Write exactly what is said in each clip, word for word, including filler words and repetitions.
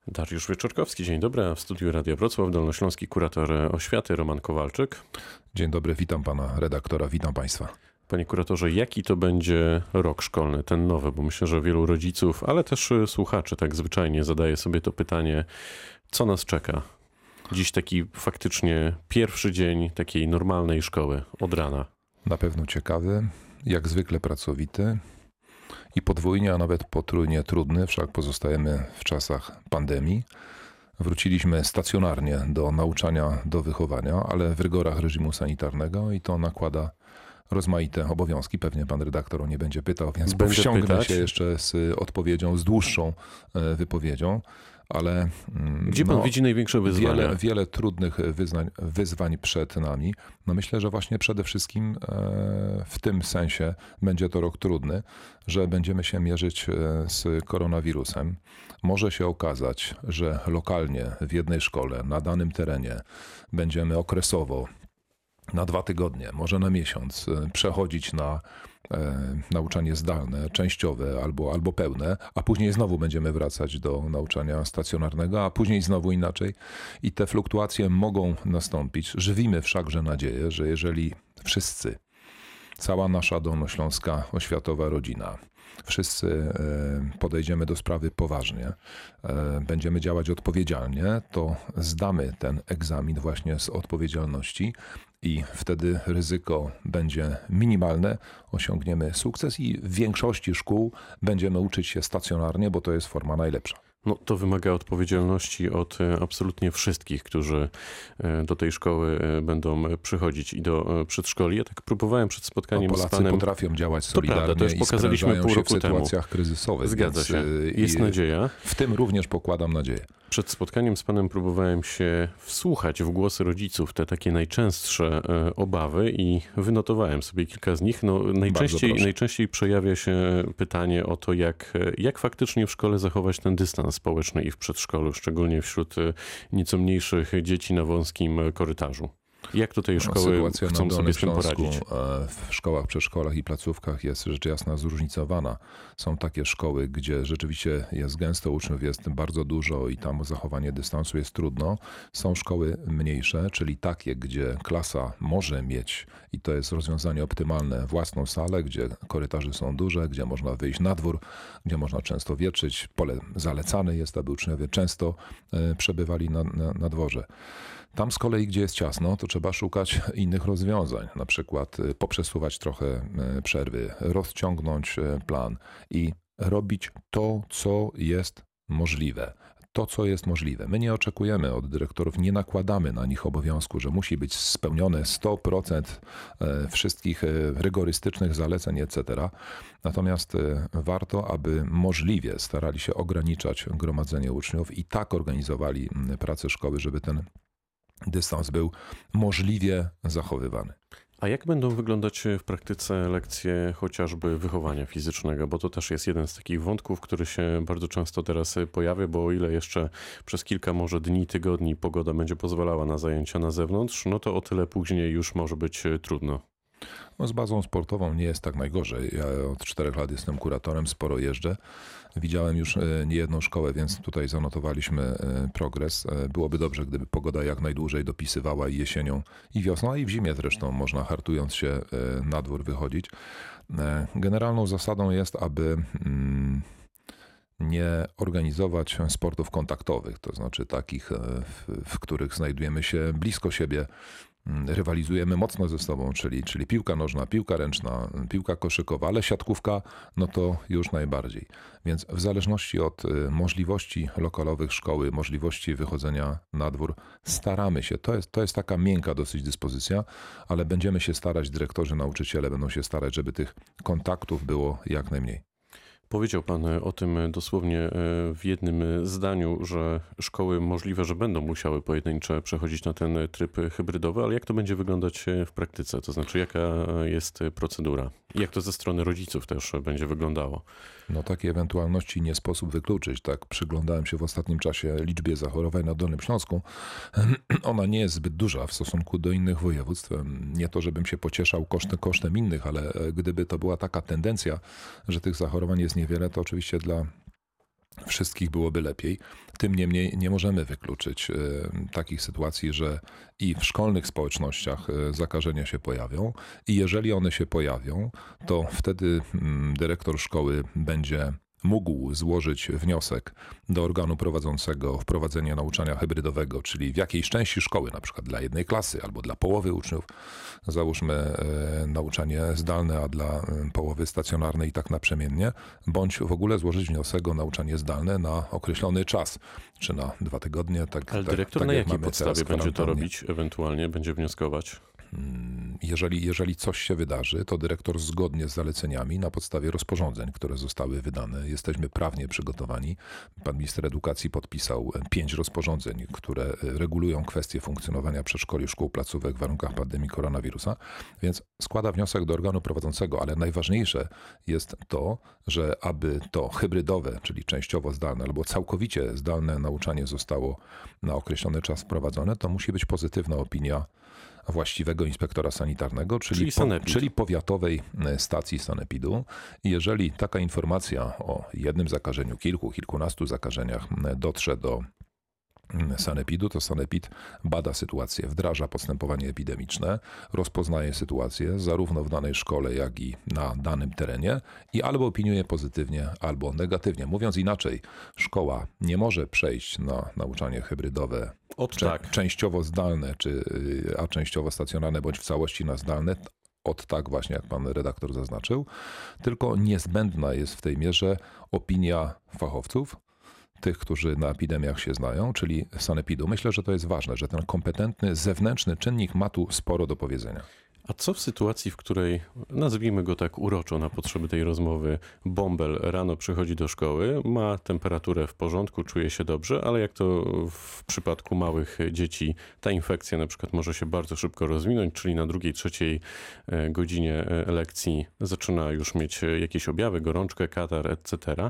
Dariusz Wieczorkowski, dzień dobry. A w studiu Radia Wrocław dolnośląski kurator oświaty Roman Kowalczyk. Dzień dobry, witam pana redaktora, witam państwa. Panie kuratorze, jaki to będzie rok szkolny, ten nowy? Bo myślę, że wielu rodziców, ale też słuchaczy tak zwyczajnie zadaje sobie to pytanie, co nas czeka? Dziś taki faktycznie pierwszy dzień takiej normalnej szkoły od rana. Na pewno ciekawy, jak zwykle pracowity i podwójnie, a nawet potrójnie trudny, wszak pozostajemy w czasach pandemii. Wróciliśmy stacjonarnie do nauczania, do wychowania, ale w rygorach reżimu sanitarnego i to nakłada rozmaite obowiązki. Pewnie pan redaktor nie będzie pytał, więc Będę powściągnę pytać. się jeszcze z odpowiedzią, z dłuższą wypowiedzią. Ale Gdzie pan no, widzi największe wyzwania? Wiele, wiele trudnych wyznań, wyzwań przed nami. No myślę, że właśnie przede wszystkim w tym sensie będzie to rok trudny, że będziemy się mierzyć z koronawirusem. Może się okazać, że lokalnie w jednej szkole, na danym terenie będziemy okresowo na dwa tygodnie, może na miesiąc przechodzić na E, nauczanie zdalne, częściowe albo, albo pełne, a później znowu będziemy wracać do nauczania stacjonarnego, a później znowu inaczej. I te fluktuacje mogą nastąpić. Żywimy wszakże nadzieję, że jeżeli wszyscy, cała nasza dolnośląska oświatowa rodzina, wszyscy e, podejdziemy do sprawy poważnie, e, będziemy działać odpowiedzialnie, to zdamy ten egzamin właśnie z odpowiedzialności i wtedy ryzyko będzie minimalne, osiągniemy sukces i w większości szkół będziemy uczyć się stacjonarnie, bo to jest forma najlepsza. No, to wymaga odpowiedzialności od absolutnie wszystkich, którzy do tej szkoły będą przychodzić i do przedszkoli. Ja tak próbowałem przed spotkaniem no, Polacy z panem... potrafią działać To solidarnie prawda, to już pokazaliśmy i pół się roku w sytuacjach temu. kryzysowych. Zgadza więc się. Jest nadzieja. W tym również pokładam nadzieję. Przed spotkaniem z panem próbowałem się wsłuchać w głosy rodziców, te takie najczęstsze obawy i wynotowałem sobie kilka z nich. No, najczęściej, najczęściej przejawia się pytanie o to, jak, jak faktycznie w szkole zachować ten dystans społeczny i w przedszkolu, szczególnie wśród nieco mniejszych dzieci na wąskim korytarzu. Jak tutaj szkoły Sytuacja chcą na sobie z tym Śląsku, poradzić? w szkołach, przedszkolach i placówkach jest rzecz jasna zróżnicowana. Są takie szkoły, gdzie rzeczywiście jest gęsto, uczniów jest bardzo dużo i tam zachowanie dystansu jest trudno. Są szkoły mniejsze, czyli takie, gdzie klasa może mieć, i to jest rozwiązanie optymalne, własną salę, gdzie korytarze są duże, gdzie można wyjść na dwór, gdzie można często wietrzyć. Pole zalecane jest, aby uczniowie często przebywali na, na, na dworze. Tam z kolei, gdzie jest ciasno, to trzeba szukać innych rozwiązań, na przykład poprzesuwać trochę przerwy, rozciągnąć plan i robić to, co jest możliwe. To, co jest możliwe. My nie oczekujemy od dyrektorów, nie nakładamy na nich obowiązku, że musi być spełnione sto procent wszystkich rygorystycznych zaleceń, et cetera. Natomiast warto, aby możliwie starali się ograniczać gromadzenie uczniów i tak organizowali pracę szkoły, żeby ten dystans był możliwie zachowywany. A jak będą wyglądać w praktyce lekcje chociażby wychowania fizycznego? Bo to też jest jeden z takich wątków, który się bardzo często teraz pojawia, bo o ile jeszcze przez kilka może dni, tygodni pogoda będzie pozwalała na zajęcia na zewnątrz, no to o tyle później już może być trudno. No z bazą sportową nie jest tak najgorzej. Ja od czterech lat jestem kuratorem, sporo jeżdżę. Widziałem już niejedną szkołę, więc tutaj zanotowaliśmy progres. Byłoby dobrze, gdyby pogoda jak najdłużej dopisywała i jesienią, i wiosną, a i w zimie zresztą można hartując się na dwór wychodzić. Generalną zasadą jest, aby nie organizować sportów kontaktowych, to znaczy takich, w, w których znajdujemy się blisko siebie, rywalizujemy mocno ze sobą, czyli, czyli piłka nożna, piłka ręczna, piłka koszykowa, ale siatkówka, no to już najbardziej. Więc w zależności od możliwości lokalowych szkoły, możliwości wychodzenia na dwór, staramy się, to jest, to jest taka miękka dosyć dyspozycja, ale będziemy się starać, dyrektorzy, nauczyciele będą się starać, żeby tych kontaktów było jak najmniej. Powiedział pan o tym dosłownie w jednym zdaniu, że szkoły możliwe, że będą musiały pojedyncze przechodzić na ten tryb hybrydowy, ale jak to będzie wyglądać w praktyce? To znaczy, jaka jest procedura? I jak to ze strony rodziców też będzie wyglądało? No takiej ewentualności nie sposób wykluczyć. Tak przyglądałem się w ostatnim czasie liczbie zachorowań na Dolnym Śląsku. Ona nie jest zbyt duża w stosunku do innych województw. Nie to, żebym się pocieszał kosztem, kosztem innych, ale gdyby to była taka tendencja, że tych zachorowań jest niewiele, to oczywiście dla wszystkich byłoby lepiej. Tym niemniej nie możemy wykluczyć takich sytuacji, że i w szkolnych społecznościach zakażenia się pojawią i jeżeli one się pojawią, to wtedy dyrektor szkoły będzie mógł złożyć wniosek do organu prowadzącego o wprowadzenie nauczania hybrydowego, czyli w jakiejś części szkoły, na przykład dla jednej klasy albo dla połowy uczniów, załóżmy e, nauczanie zdalne, a dla połowy stacjonarnej i tak naprzemiennie, bądź w ogóle złożyć wniosek o nauczanie zdalne na określony czas, czy na dwa tygodnie. Tak, Ale tak, dyrektor tak na jak jakiej podstawie będzie to robić, ewentualnie będzie wnioskować? Jeżeli, jeżeli coś się wydarzy, to dyrektor zgodnie z zaleceniami na podstawie rozporządzeń, które zostały wydane, jesteśmy prawnie przygotowani. Pan minister edukacji podpisał pięć rozporządzeń, które regulują kwestie funkcjonowania przedszkoli, szkół, placówek w warunkach pandemii koronawirusa, więc składa wniosek do organu prowadzącego, ale najważniejsze jest to, że aby to hybrydowe, czyli częściowo zdalne albo całkowicie zdalne nauczanie zostało na określony czas wprowadzone, to musi być pozytywna opinia właściwego inspektora sanitarnego, czyli, czyli, po, czyli powiatowej stacji sanepidu. I jeżeli taka informacja o jednym zakażeniu, kilku, kilkunastu zakażeniach dotrze do sanepidu, to sanepid bada sytuację, wdraża postępowanie epidemiczne, rozpoznaje sytuację zarówno w danej szkole, jak i na danym terenie i albo opiniuje pozytywnie, albo negatywnie. Mówiąc inaczej, szkoła nie może przejść na nauczanie hybrydowe Od cze- tak. częściowo zdalne, czy, a częściowo stacjonarne, bądź w całości na zdalne, od tak właśnie, jak pan redaktor zaznaczył, tylko niezbędna jest w tej mierze opinia fachowców, tych, którzy na epidemiach się znają, czyli sanepidu. Myślę, że to jest ważne, że ten kompetentny, zewnętrzny czynnik ma tu sporo do powiedzenia. A co w sytuacji, w której, nazwijmy go tak uroczo na potrzeby tej rozmowy, bąbel rano przychodzi do szkoły, ma temperaturę w porządku, czuje się dobrze, ale jak to w przypadku małych dzieci, ta infekcja na przykład może się bardzo szybko rozwinąć, czyli na drugiej, trzeciej godzinie lekcji zaczyna już mieć jakieś objawy, gorączkę, katar, et cetera.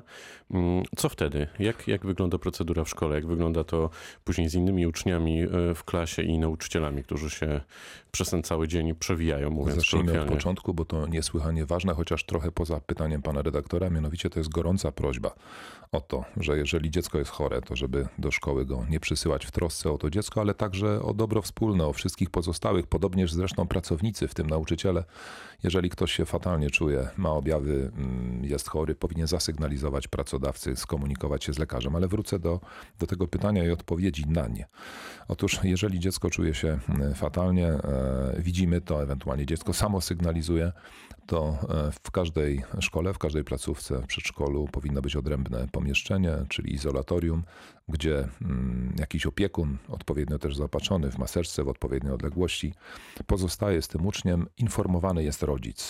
Co wtedy? Jak, jak wygląda procedura w szkole? Jak wygląda to później z innymi uczniami w klasie i nauczycielami, którzy się przez ten cały dzień przewijają? Zacznijmy od początku, bo to niesłychanie ważne, chociaż trochę poza pytaniem pana redaktora, mianowicie to jest gorąca prośba o to, że jeżeli dziecko jest chore, to żeby do szkoły go nie przysyłać w trosce o to dziecko, ale także o dobro wspólne, o wszystkich pozostałych, podobnież zresztą pracownicy, w tym nauczyciele. Jeżeli ktoś się fatalnie czuje, ma objawy, jest chory, powinien zasygnalizować pracodawcy, skomunikować się z lekarzem, ale wrócę do, do tego pytania i odpowiedzi na nie. Otóż jeżeli dziecko czuje się fatalnie, e, widzimy to, ewentualnie dziecko samo sygnalizuje, to w każdej szkole, w każdej placówce, w przedszkolu powinno być odrębne pomieszczenie, czyli izolatorium, gdzie jakiś opiekun, odpowiednio też zaopatrzony w maseczce, w odpowiedniej odległości, pozostaje z tym uczniem, informowany jest rodzic.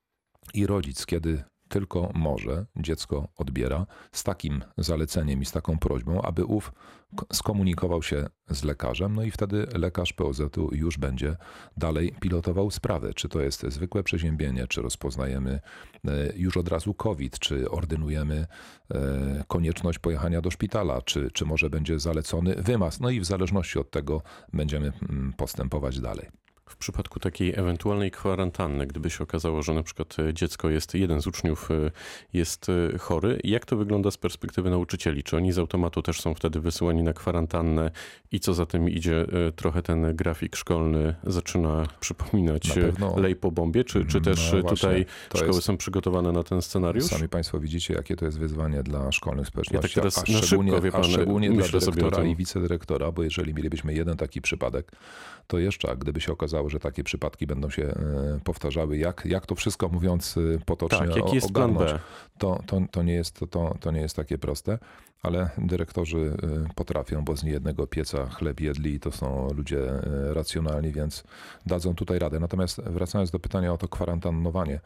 I rodzic, kiedy tylko może, dziecko odbiera z takim zaleceniem i z taką prośbą, aby ów skomunikował się z lekarzem, no i wtedy lekarz P O Z-u już będzie dalej pilotował sprawę. Czy to jest zwykłe przeziębienie, czy rozpoznajemy już od razu COVID, czy ordynujemy konieczność pojechania do szpitala, czy, czy może będzie zalecony wymaz. No i w zależności od tego będziemy postępować dalej. W przypadku takiej ewentualnej kwarantanny, gdyby się okazało, że na przykład dziecko jest, jeden z uczniów jest chory, jak to wygląda z perspektywy nauczycieli? Czy oni z automatu też są wtedy wysyłani na kwarantannę i co za tym idzie, trochę ten grafik szkolny zaczyna przypominać lej po bombie? Czy, czy też no tutaj szkoły jest... są przygotowane na ten scenariusz? Sami państwo widzicie, jakie to jest wyzwanie dla szkolnych społeczności, ja tak teraz a szczególnie, szybko, wie pan, a szczególnie dla dyrektora sobie i wicedyrektora, bo jeżeli mielibyśmy jeden taki przypadek, to jeszcze, a gdyby się okazało, że takie przypadki będą się powtarzały, jak, jak to wszystko, mówiąc potocznie, tak, jaki jest ogarnąć, plan B? To, to, to, nie jest, to, to nie jest takie proste, ale dyrektorzy potrafią, bo z niejednego pieca chleb jedli i to są ludzie racjonalni, więc dadzą tutaj radę. Natomiast wracając do pytania o to kwarantannowanie,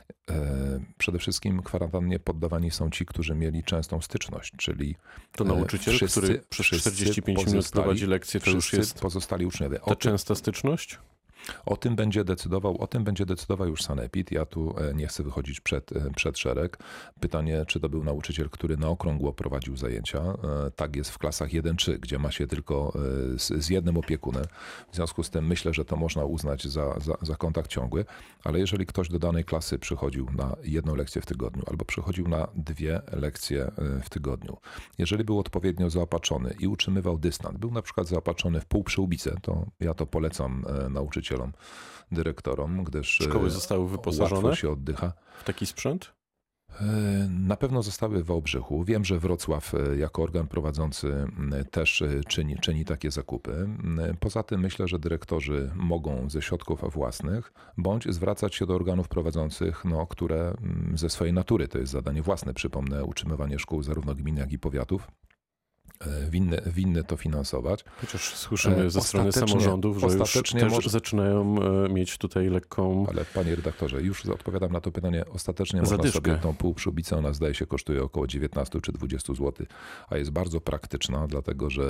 przede wszystkim kwarantannie poddawani są ci, którzy mieli częstą styczność, czyli to nauczyciel, wszyscy, który przez czterdzieści pięć minut prowadzi lekcję, to już jest pozostali uczniowie. Ta częsta styczność? O tym będzie decydował, o tym będzie decydował już sanepid. Ja tu nie chcę wychodzić przed, przed szereg. Pytanie, czy to był nauczyciel, który na okrągło prowadził zajęcia. Tak jest w klasach jeden trzy, gdzie ma się tylko z, z jednym opiekunem. W związku z tym myślę, że to można uznać za, za, za kontakt ciągły, ale jeżeli ktoś do danej klasy przychodził na jedną lekcję w tygodniu albo przychodził na dwie lekcje w tygodniu, jeżeli był odpowiednio zaopatrzony i utrzymywał dystans, był na przykład zaopatrzony w półprzyłbicę, to ja to polecam nauczycielom, dyrektorom, gdyż szkoły zostały wyposażone łatwo się oddycha. W taki sprzęt? Na pewno zostały w Wałbrzychu. Wiem, że Wrocław jako organ prowadzący też czyni, czyni takie zakupy. Poza tym myślę, że dyrektorzy mogą ze środków własnych bądź zwracać się do organów prowadzących, no, które ze swojej natury, to jest zadanie własne, przypomnę, utrzymywanie szkół zarówno gmin, jak i powiatów, Winny, winny to finansować. Chociaż słyszymy ze strony samorządów, że już też może... zaczynają mieć tutaj lekką... Ale panie redaktorze, już odpowiadam na to pytanie. Ostatecznie można zadyszkę. sobie tą półprzyłbicę, ona zdaje się kosztuje około dziewiętnaście czy dwadzieścia złotych, a jest bardzo praktyczna, dlatego że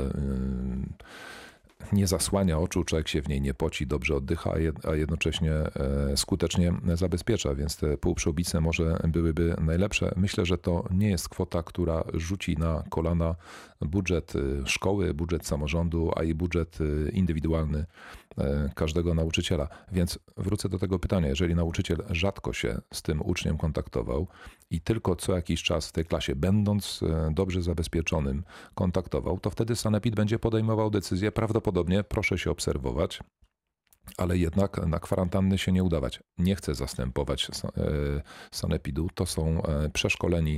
yy, nie zasłania oczu, człowiek się w niej nie poci, dobrze oddycha, a jednocześnie skutecznie zabezpiecza, więc te półprzyłbice może byłyby najlepsze. Myślę, że to nie jest kwota, która rzuci na kolana budżet szkoły, budżet samorządu, a i budżet indywidualny każdego nauczyciela. Więc wrócę do tego pytania. Jeżeli nauczyciel rzadko się z tym uczniem kontaktował i tylko co jakiś czas w tej klasie, będąc dobrze zabezpieczonym, kontaktował, to wtedy sanepid będzie podejmował decyzję. Prawdopodobnie, proszę się obserwować, ale jednak na kwarantanny się nie udawać. Nie chcę zastępować sanepidu. To są przeszkoleni,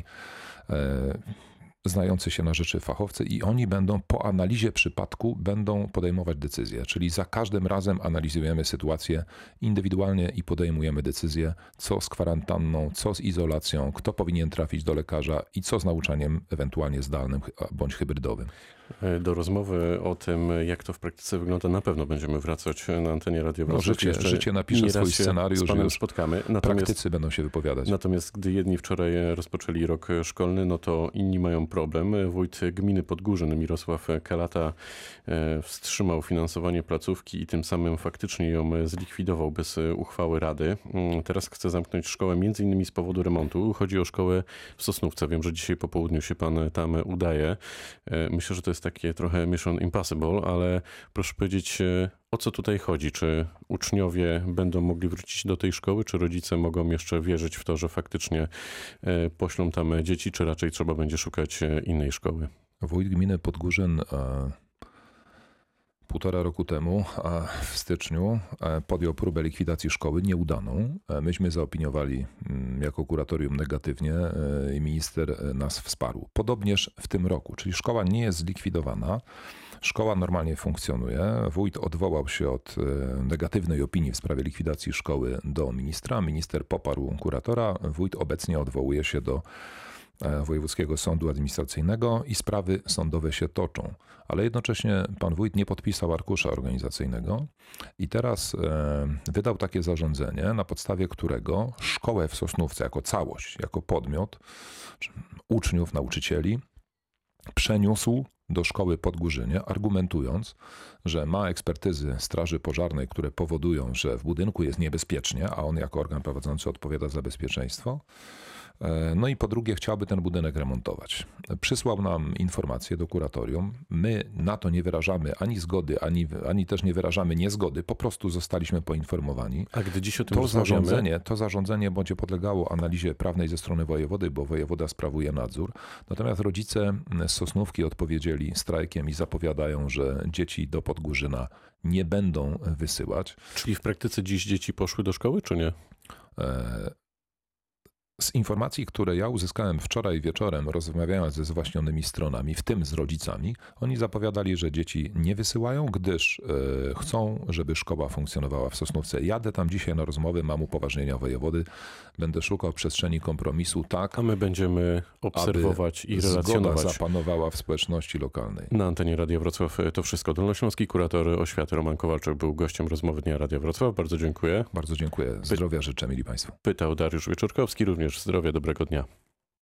znający się na rzeczy fachowcy i oni będą po analizie przypadku będą podejmować decyzje, czyli za każdym razem analizujemy sytuację indywidualnie i podejmujemy decyzję, co z kwarantanną, co z izolacją, kto powinien trafić do lekarza i co z nauczaniem ewentualnie zdalnym bądź hybrydowym. Do rozmowy o tym, jak to w praktyce wygląda, na pewno będziemy wracać na antenie Radia Wrocław. No, życie, życie napisze swój scenariusz, z panem spotkamy. Natomiast, praktycy będą się wypowiadać. Natomiast gdy jedni wczoraj rozpoczęli rok szkolny, no to inni mają problem. Wójt gminy Podgórzyn Mirosław Kalata wstrzymał finansowanie placówki i tym samym faktycznie ją zlikwidował bez uchwały Rady. Teraz chce zamknąć szkołę między innymi z powodu remontu. Chodzi o szkołę w Sosnówce. Wiem, że dzisiaj po południu się pan tam udaje. Myślę, że to jest takie trochę mission impossible, ale proszę powiedzieć, o co tutaj chodzi? Czy uczniowie będą mogli wrócić do tej szkoły, czy rodzice mogą jeszcze wierzyć w to, że faktycznie poślą tam dzieci, czy raczej trzeba będzie szukać innej szkoły? Wójt gminy Podgórzyn półtora roku temu, w styczniu, podjął próbę likwidacji szkoły nieudaną. Myśmy zaopiniowali jako kuratorium negatywnie i minister nas wsparł. Podobnież w tym roku, czyli szkoła nie jest zlikwidowana. Szkoła normalnie funkcjonuje. Wójt odwołał się od negatywnej opinii w sprawie likwidacji szkoły do ministra. Minister poparł kuratora. Wójt obecnie odwołuje się do Wojewódzkiego Sądu Administracyjnego i sprawy sądowe się toczą. Ale jednocześnie pan wójt nie podpisał arkusza organizacyjnego i teraz wydał takie zarządzenie, na podstawie którego szkołę w Sosnówce jako całość, jako podmiot uczniów, nauczycieli przeniósł do szkoły Podgórzynie, argumentując, że ma ekspertyzy Straży Pożarnej, które powodują, że w budynku jest niebezpiecznie, a on jako organ prowadzący odpowiada za bezpieczeństwo. No i po drugie chciałby ten budynek remontować. Przysłał nam informację do kuratorium. My na to nie wyrażamy ani zgody, ani, ani też nie wyrażamy niezgody. Po prostu zostaliśmy poinformowani. A gdy dziś o tym to zarządzenie, to zarządzenie będzie podlegało analizie prawnej ze strony wojewody, bo wojewoda sprawuje nadzór. Natomiast rodzice z Sosnówki odpowiedzieli strajkiem i zapowiadają, że dzieci do Podgórzyna nie będą wysyłać. Czyli w praktyce dziś dzieci poszły do szkoły, czy nie? E Z informacji, które ja uzyskałem wczoraj wieczorem, rozmawiając ze zwaśnionymi stronami, w tym z rodzicami, oni zapowiadali, że dzieci nie wysyłają, gdyż e, chcą, żeby szkoła funkcjonowała w Sosnówce. Jadę tam dzisiaj na rozmowy, mam upoważnienia wojewody, będę szukał przestrzeni kompromisu, tak, a my będziemy obserwować i relacjonować. Zgoda zapanowała w społeczności lokalnej. Na antenie Radia Wrocław to wszystko. Dolnośląski kurator oświaty Roman Kowalczyk był gościem rozmowy Dnia Radia Wrocław. Bardzo dziękuję. Bardzo dziękuję. Zdrowia życzę, mili państwo. Pytał Dariusz Wieczorkowski, również zdrowia, dobrego dnia.